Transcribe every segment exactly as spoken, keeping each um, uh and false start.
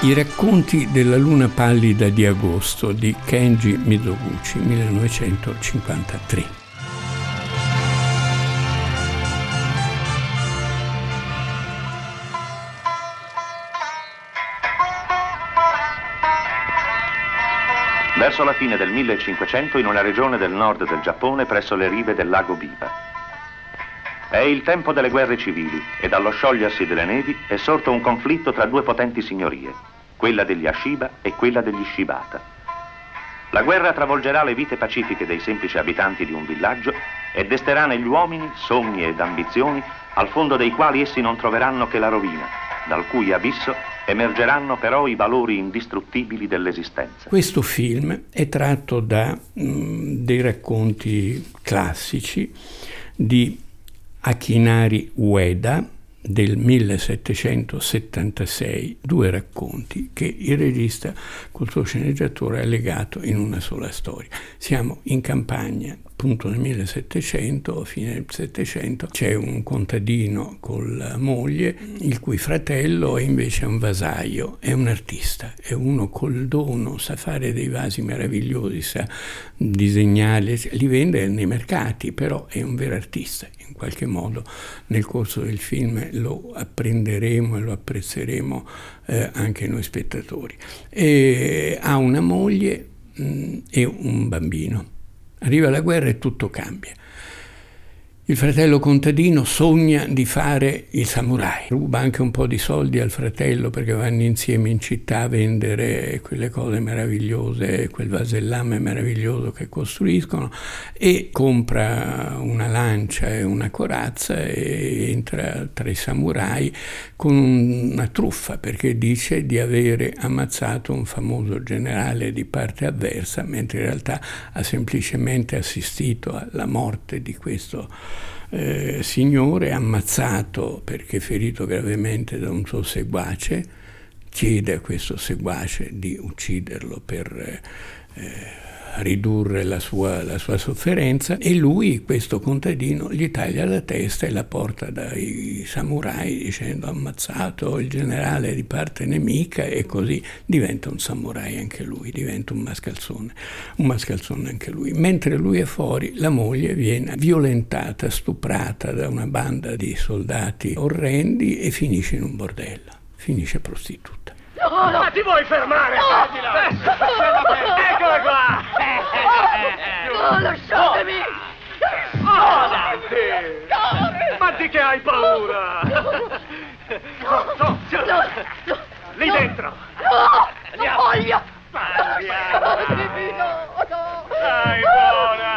I racconti della luna pallida di agosto di Kenji Mizoguchi, millenovecentocinquantatré. Verso la fine del millecinquecento, in una regione del nord del Giappone, presso le rive del lago Biwa. È il tempo delle guerre civili e dallo sciogliersi delle nevi è sorto un conflitto tra due potenti signorie, quella degli Ashiba e quella degli Shibata. La guerra travolgerà le vite pacifiche dei semplici abitanti di un villaggio e desterà negli uomini sogni ed ambizioni al fondo dei quali essi non troveranno che la rovina, dal cui abisso emergeranno però i valori indistruttibili dell'esistenza. Questo film è tratto da mh, dei racconti classici di Akinari Ueda del millesettecentosettantasei, due racconti che il regista col suo sceneggiatore ha legato in una sola storia. Siamo in campagna, appunto nel millesettecento, fine del settecento, c'è un contadino con la moglie, il cui fratello è invece un vasaio, è un artista, è uno col dono, sa fare dei vasi meravigliosi, sa disegnare, li vende nei mercati, però è un vero artista. In qualche modo nel corso del film lo apprenderemo e lo apprezzeremo eh, anche noi spettatori. E ha una moglie mh, e un bambino. Arriva la guerra e tutto cambia. Il fratello contadino sogna di fare il samurai, ruba anche un po' di soldi al fratello perché vanno insieme in città a vendere quelle cose meravigliose, quel vasellame meraviglioso che costruiscono, e compra una lancia e una corazza e entra tra i samurai con una truffa perché dice di avere ammazzato un famoso generale di parte avversa, mentre in realtà ha semplicemente assistito alla morte di questo Eh, signore, ammazzato perché ferito gravemente da un suo seguace. Chiede a questo seguace di ucciderlo per eh, ridurre la sua, la sua sofferenza, e lui, questo contadino, gli taglia la testa e la porta dai samurai dicendo: ammazzato il generale di parte nemica, e così diventa un samurai anche lui, diventa un mascalzone, un mascalzone anche lui. Mentre lui è fuori, la moglie viene violentata, stuprata da una banda di soldati orrendi e finisce in un bordello, finisce prostituta. No, no. Ma ti vuoi fermare? No. Eccola qua! No, lasciatemi! Oh, Dante! Ma di che hai paura? No, no, no, no, no, lì no, dentro! No, non voglio! Andiamo! No, no! Dai, buona!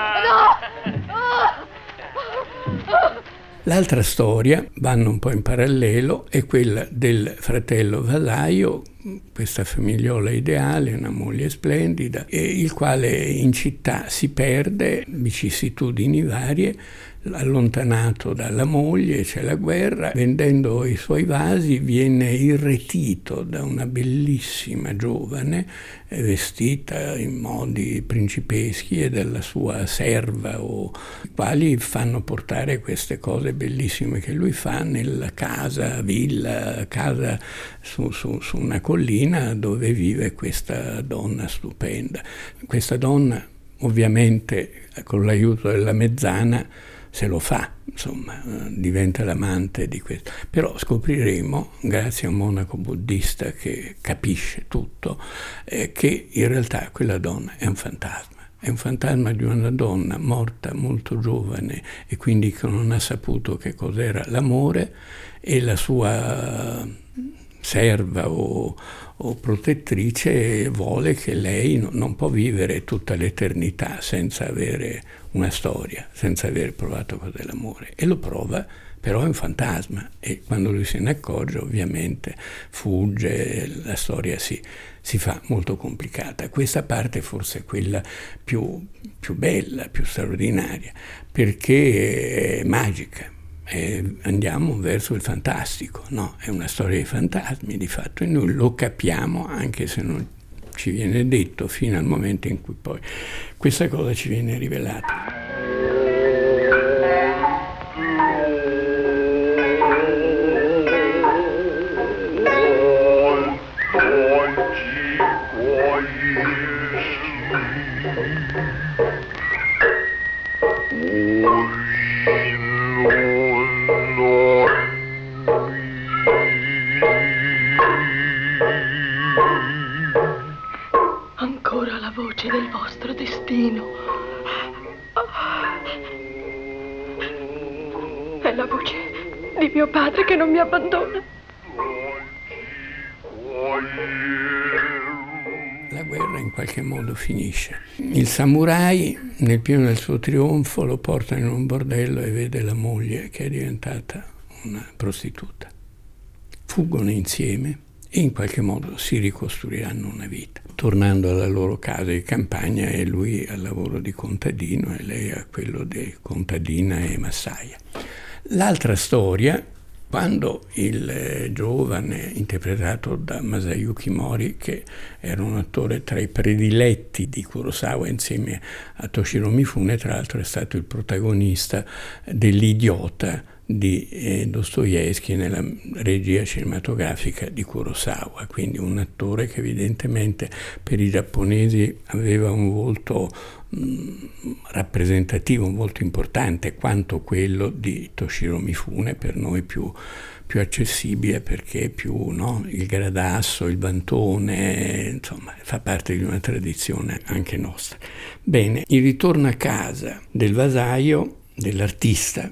No! L'altra storia, vanno un po' in parallelo, è quella del fratello vasaio, questa famigliola ideale, una moglie splendida, e il quale in città si perde, vicissitudini varie, allontanato dalla moglie, c'è la guerra, vendendo i suoi vasi viene irretito da una bellissima giovane vestita in modi principeschi e dalla sua serva, o i quali fanno portare queste cose bellissime che lui fa nella casa, villa, casa su, su, su una collina dove vive questa donna stupenda. Questa donna, ovviamente con l'aiuto della mezzana, se lo fa, insomma, diventa l'amante di questo. Però scopriremo, grazie a un monaco buddista che capisce tutto, eh, che in realtà quella donna è un fantasma. È un fantasma di una donna morta molto giovane e quindi che non ha saputo che cos'era l'amore, e la sua serva o, o protettrice vuole che lei no, non può vivere tutta l'eternità senza avere una storia, senza aver provato cos'è l'amore, e lo prova, però è un fantasma, e quando lui se ne accorge ovviamente fugge, la storia si, si fa molto complicata. Questa parte forse è quella più, più bella, più straordinaria, perché è magica. E andiamo verso il fantastico, no? È una storia di fantasmi di fatto, e noi lo capiamo anche se non ci viene detto fino al momento in cui poi questa cosa ci viene rivelata. Oh, la voce di mio padre che non mi abbandona. La guerra in qualche modo finisce. Il samurai, nel pieno del suo trionfo, lo porta in un bordello e vede la moglie che è diventata una prostituta. Fuggono insieme e in qualche modo si ricostruiranno una vita, tornando alla loro casa di campagna, e lui al lavoro di contadino e lei a quello di contadina e massaia. L'altra storia, quando il eh, giovane, interpretato da Masayuki Mori, che era un attore tra i prediletti di Kurosawa insieme a Toshiro Mifune, tra l'altro è stato il protagonista dell'Idiota di eh, Dostoevsky nella regia cinematografica di Kurosawa, quindi un attore che evidentemente per i giapponesi aveva un volto mh, rappresentativo, un volto importante quanto quello di Toshiro Mifune, per noi più, più accessibile perché più, no, il gradasso, il vantone, insomma fa parte di una tradizione anche nostra. Bene, il ritorno a casa del vasaio, dell'artista.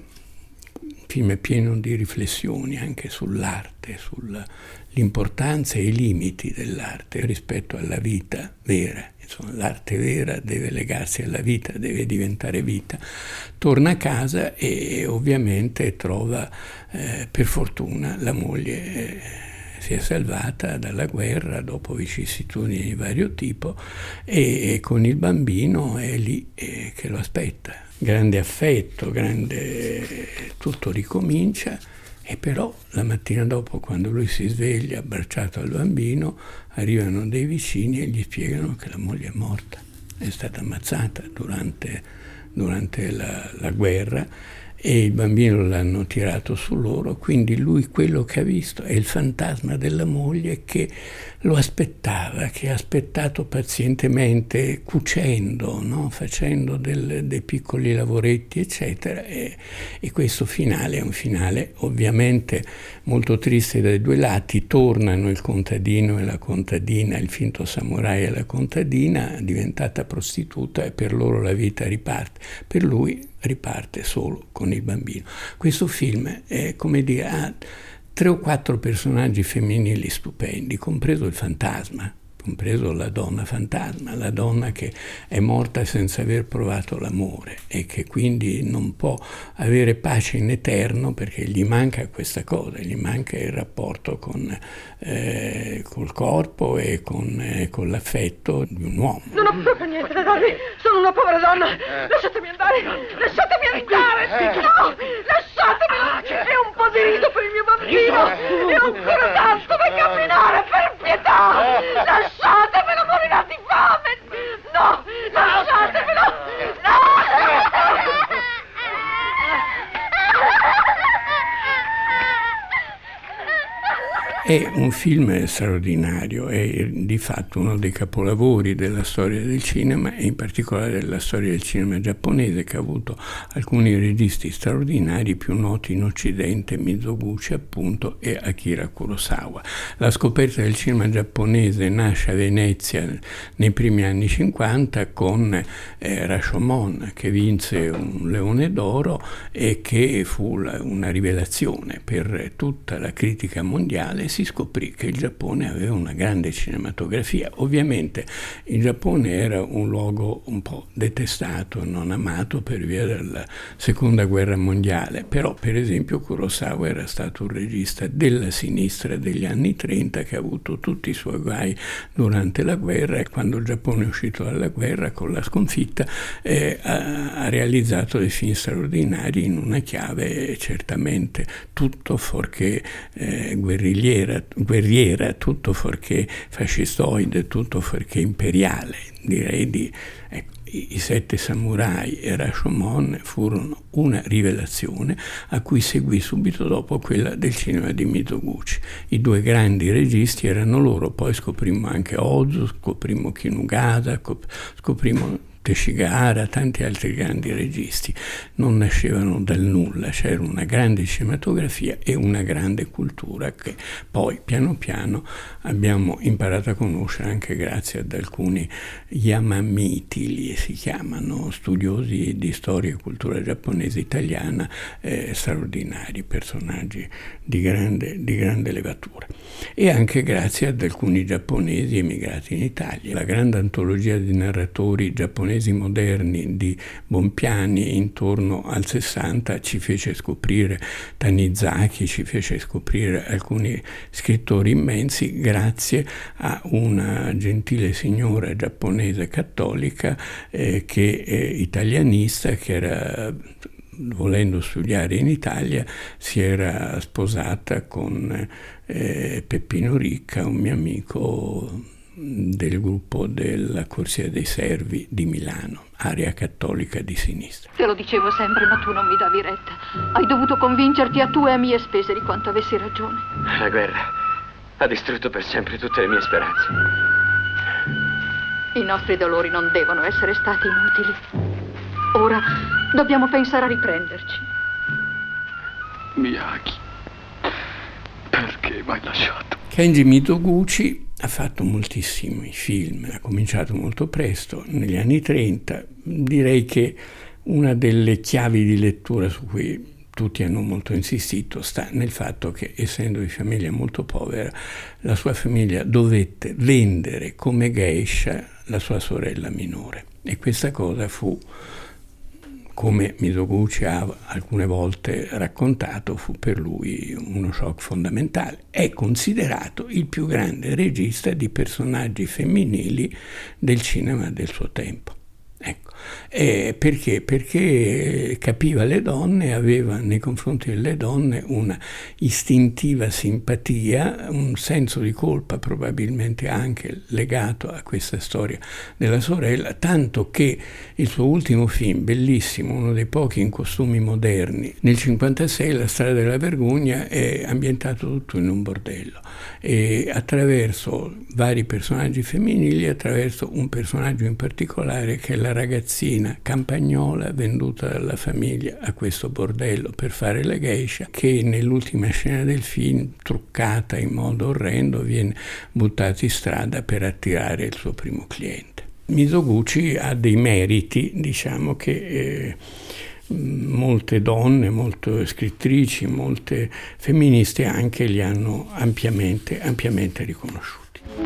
Il film è pieno di riflessioni anche sull'arte, sull'importanza e i limiti dell'arte rispetto alla vita vera. Insomma, l'arte vera deve legarsi alla vita, deve diventare vita. Torna a casa e ovviamente trova, eh, per fortuna, la moglie eh, si è salvata dalla guerra dopo vicissitudini di vario tipo e, e con il bambino è lì eh, che lo aspetta. Grande affetto, grande, tutto ricomincia, e però la mattina dopo, quando lui si sveglia abbracciato al bambino, arrivano dei vicini e gli spiegano che la moglie è morta, è stata ammazzata durante, durante la, la guerra, e il bambino l'hanno tirato su loro, quindi lui quello che ha visto è il fantasma della moglie che lo aspettava, che ha aspettato pazientemente, cucendo, no? Facendo del, dei piccoli lavoretti, eccetera, e, e questo finale è un finale ovviamente molto triste dai due lati. Tornano il contadino e la contadina, il finto samurai e la contadina, diventata prostituta, e per loro la vita riparte. Per lui riparte solo con il bambino. Questo film è, come dire, ha tre o quattro personaggi femminili stupendi, compreso il fantasma, compreso la donna fantasma, la donna che è morta senza aver provato l'amore e che quindi non può avere pace in eterno perché gli manca questa cosa, gli manca il rapporto con eh, col corpo e con, eh, con l'affetto di un uomo. Non ho proprio niente da darvi, sono una povera donna. Lasciatemi andare, lasciatemi andare. No, lasciatemi. È un po' di riso per il mio bambino. E ancora tanto da camminare, per pietà. Lasciatemelo, morirà di fame. No, lasciatemelo. No. È un film straordinario, è di fatto uno dei capolavori della storia del cinema e in particolare della storia del cinema giapponese, che ha avuto alcuni registi straordinari, più noti in Occidente, Mizoguchi appunto e Akira Kurosawa. La scoperta del cinema giapponese nasce a Venezia nei primi anni cinquanta con eh, Rashomon, che vinse un Leone d'Oro e che fu la, una rivelazione per tutta la critica mondiale. Si scoprì che il Giappone aveva una grande cinematografia. Ovviamente il Giappone era un luogo un po' detestato, non amato per via della seconda guerra mondiale, però per esempio Kurosawa era stato un regista della sinistra degli anni trenta che ha avuto tutti i suoi guai durante la guerra, e quando il Giappone è uscito dalla guerra con la sconfitta eh, ha, ha realizzato dei film straordinari in una chiave certamente tutto fuorché eh, guerrigliera, guerriera, tutto fuorché fascistoide, tutto fuorché imperiale. Direi di ecco, i, i Sette Samurai e Rashomon furono una rivelazione a cui seguì subito dopo quella del cinema di Mizoguchi. I due grandi registi erano loro, poi scoprimmo anche Ozu, scoprimmo Kinugasa, scoprimmo Teshigahara, tanti altri grandi registi, non nascevano dal nulla, c'era una grande cinematografia e una grande cultura che poi piano piano abbiamo imparato a conoscere anche grazie ad alcuni Yamamiti, li si chiamano, studiosi di storia e cultura giapponese italiana, eh, straordinari, personaggi di grande, di grande levatura. E anche grazie ad alcuni giapponesi emigrati in Italia. La grande antologia di narratori giapponesi moderni di Bompiani intorno al sessanta ci fece scoprire Tanizaki, ci fece scoprire alcuni scrittori immensi grazie a una gentile signora giapponese cattolica eh, che è italianista, che era, volendo studiare in Italia, si era sposata con eh, Peppino Ricca, un mio amico del gruppo della Corsia dei Servi di Milano, area cattolica di sinistra. Te lo dicevo sempre, ma tu non mi davi retta. Hai dovuto convincerti a tue e a mie spese di quanto avessi ragione. La guerra ha distrutto per sempre tutte le mie speranze. I nostri dolori non devono essere stati inutili. Ora dobbiamo pensare a riprenderci. Miyagi, perché mi hai lasciato? Kenji Mizoguchi ha fatto moltissimi film, ha cominciato molto presto, negli anni trenta. Direi che una delle chiavi di lettura su cui tutti hanno molto insistito sta nel fatto che, essendo di famiglia molto povera, la sua famiglia dovette vendere come geisha la sua sorella minore. E questa cosa fu, come Mizoguchi ha alcune volte raccontato, fu per lui uno shock fondamentale. È considerato il più grande regista di personaggi femminili del cinema del suo tempo. Ecco. E perché? Perché capiva le donne, aveva nei confronti delle donne una istintiva simpatia, un senso di colpa probabilmente anche legato a questa storia della sorella, tanto che il suo ultimo film, bellissimo, uno dei pochi in costumi moderni, nel cinquantasei, La strada della vergogna, è ambientato tutto in un bordello e attraverso vari personaggi femminili, attraverso un personaggio in particolare che è la ragazzina campagnola venduta dalla famiglia a questo bordello per fare la geisha, che nell'ultima scena del film, truccata in modo orrendo, viene buttata in strada per attirare il suo primo cliente. Mizoguchi ha dei meriti, diciamo, che eh, molte donne, molte scrittrici, molte femministe anche gli hanno ampiamente, ampiamente riconosciuti.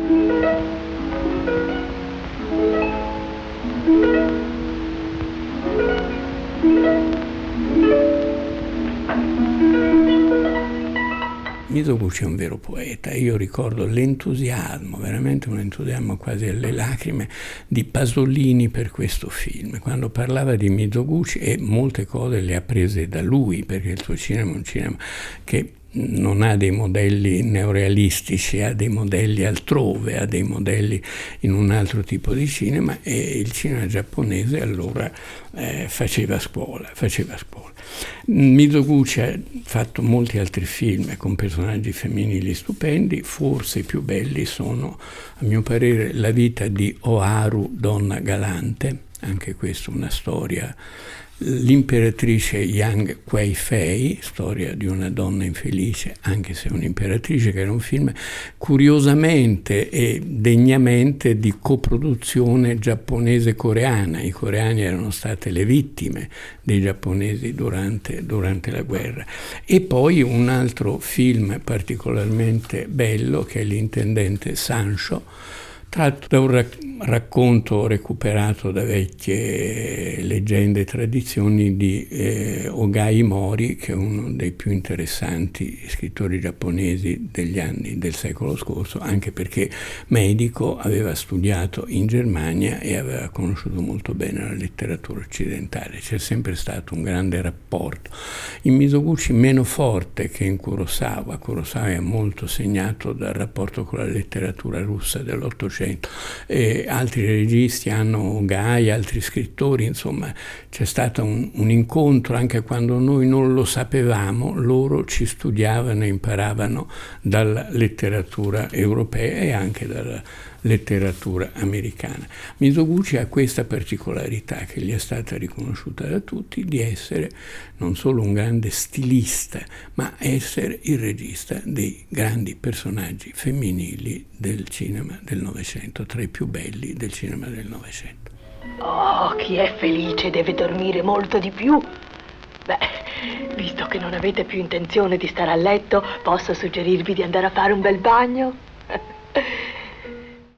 Mizoguchi è un vero poeta. Io ricordo l'entusiasmo, veramente un entusiasmo quasi alle lacrime, di Pasolini per questo film. Quando parlava di Mizoguchi, e molte cose le ha prese da lui, perché il suo cinema è un cinema che non ha dei modelli neorealistici, ha dei modelli altrove, ha dei modelli in un altro tipo di cinema, e il cinema giapponese allora eh, faceva scuola, faceva scuola. Mizoguchi ha fatto molti altri film con personaggi femminili stupendi, forse i più belli sono, a mio parere, La vita di Oharu, donna galante, anche questa una storia, L'imperatrice Yang Kuei-fei, storia di una donna infelice, anche se un'imperatrice, che era un film curiosamente e degnamente di coproduzione giapponese-coreana. I coreani erano state le vittime dei giapponesi durante, durante la guerra. E poi un altro film particolarmente bello, che è L'intendente Sancho, tratto da un rac- racconto recuperato da vecchie leggende e tradizioni di eh, Ogai Mori, che è uno dei più interessanti scrittori giapponesi degli anni del secolo scorso, anche perché medico, aveva studiato in Germania e aveva conosciuto molto bene la letteratura occidentale. C'è sempre stato un grande rapporto. In Mizoguchi meno forte che in Kurosawa. Kurosawa è molto segnato dal rapporto con la letteratura russa dell'Ottocento. E altri registi hanno Gai, altri scrittori, insomma c'è stato un, un incontro, anche quando noi non lo sapevamo, loro ci studiavano e imparavano dalla letteratura europea e anche dalla, letteratura americana. Mizoguchi ha questa particolarità che gli è stata riconosciuta da tutti, di essere non solo un grande stilista, ma essere il regista dei grandi personaggi femminili del cinema del Novecento, tra i più belli del cinema del Novecento. Oh, chi è felice deve dormire molto di più. Beh, visto che non avete più intenzione di stare a letto, posso suggerirvi di andare a fare un bel bagno?